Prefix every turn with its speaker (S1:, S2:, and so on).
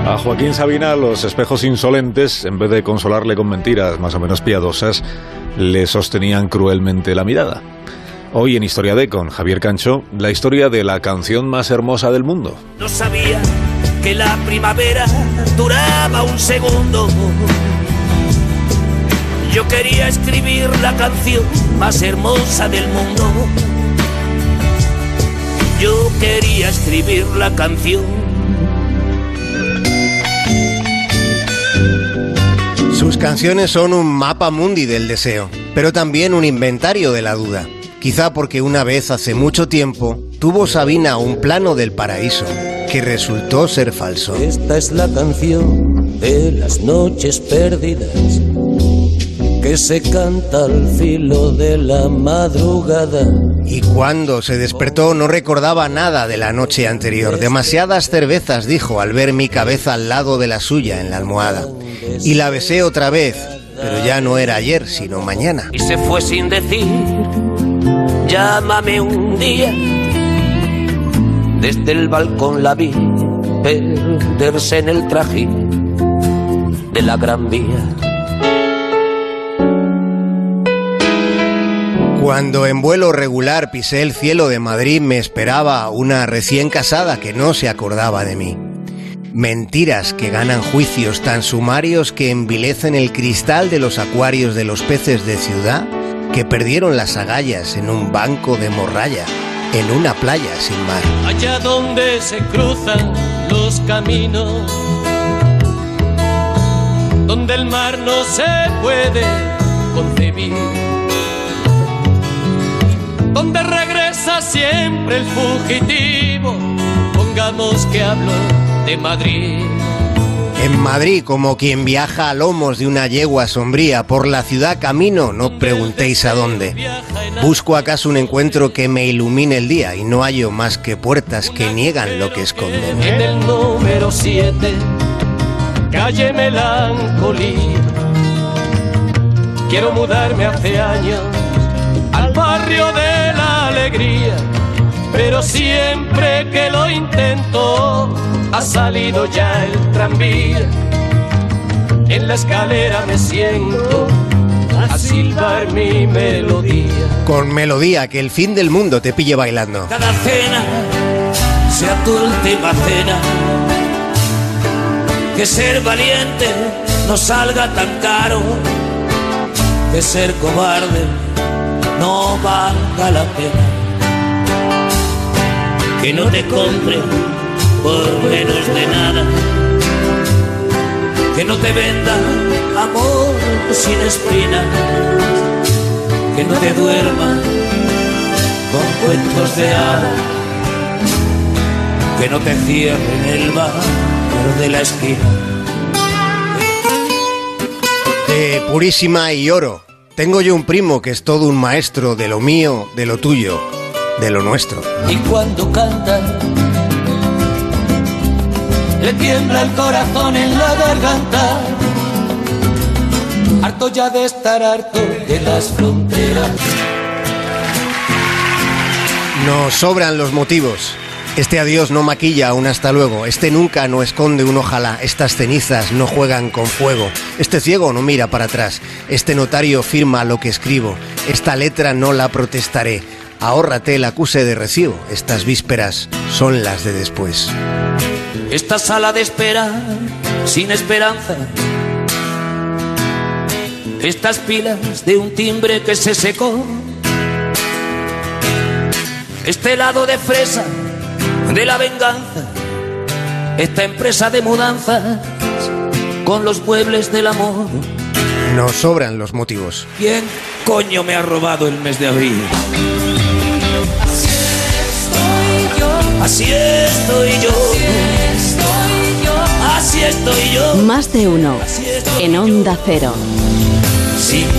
S1: A Joaquín Sabina los espejos insolentes, en vez de consolarle con mentiras más o menos piadosas, le sostenían cruelmente la mirada. Hoy en Historia de con Javier Cancho, la historia de la canción más hermosa del mundo.
S2: No sabía que la primavera duraba un segundo. Yo quería escribir la canción más hermosa del mundo. Yo quería escribir la canción.
S3: Sus canciones son un mapa mundi del deseo, pero también un inventario de la duda. Quizá porque una vez hace mucho tiempo tuvo Sabina un plano del paraíso que resultó ser falso.
S4: Esta es la canción de las noches perdidas que se canta al filo de la madrugada.
S3: Y cuando se despertó no recordaba nada de la noche anterior. Demasiadas cervezas, dijo, al ver mi cabeza al lado de la suya en la almohada. Y la besé otra vez, pero ya no era ayer, sino mañana.
S2: Y se fue sin decir, llámame un día. Desde el balcón la vi perderse en el trajín de la Gran Vía.
S3: Cuando en vuelo regular pisé el cielo de Madrid, me esperaba una recién casada que no se acordaba de mí. Mentiras que ganan juicios tan sumarios que envilecen el cristal de los acuarios de los peces de ciudad que perdieron las agallas en un banco de morralla, en una playa sin mar.
S4: Allá donde se cruzan los caminos, donde el mar no se puede concebir, donde regresa siempre el fugitivo, pongamos que hablo de Madrid.
S3: En Madrid, como quien viaja a lomos de una yegua sombría, por la ciudad camino, no preguntéis a dónde. Busco acaso un encuentro que me ilumine el día y no hallo más que puertas que niegan lo que esconden.
S4: En el número 7, calle Melancolía, quiero mudarme hace años al barrio de la alegría, pero siempre que lo intento ha salido ya el tranvía. En la escalera me siento a silbar mi melodía.
S3: Con melodía, que el fin del mundo te pille bailando.
S2: Cada cena sea tu última cena, que ser valiente no salga tan caro, que ser cobarde no valga la pena, que no te compre por menos de nada, que no te venda amor sin espinas, que no te duerma con cuentos de hadas, que no te cierre en el bar de la esquina.
S3: De Purísima y Oro. Tengo yo un primo que es todo un maestro de lo mío, de lo tuyo, de lo nuestro.
S4: Y cuando canta, le tiembla el corazón en la garganta, harto ya de estar harto de las fronteras.
S3: Nos sobran los motivos. Este adiós no maquilla un hasta luego. Este nunca no esconde un ojalá. Estas cenizas no juegan con fuego. Este ciego no mira para atrás. Este notario firma lo que escribo. Esta letra no la protestaré. Ahórrate el acuse de recibo. Estas vísperas son las de después.
S2: Esta sala de espera sin esperanza, estas pilas de un timbre que se secó, este helado de fresa de la venganza, esta empresa de mudanzas con los muebles del amor.
S3: Nos sobran los motivos.
S2: ¿Quién coño me ha robado el mes de abril? Así estoy yo. Así estoy yo.
S5: Más de uno en Onda Cero.
S2: Sí.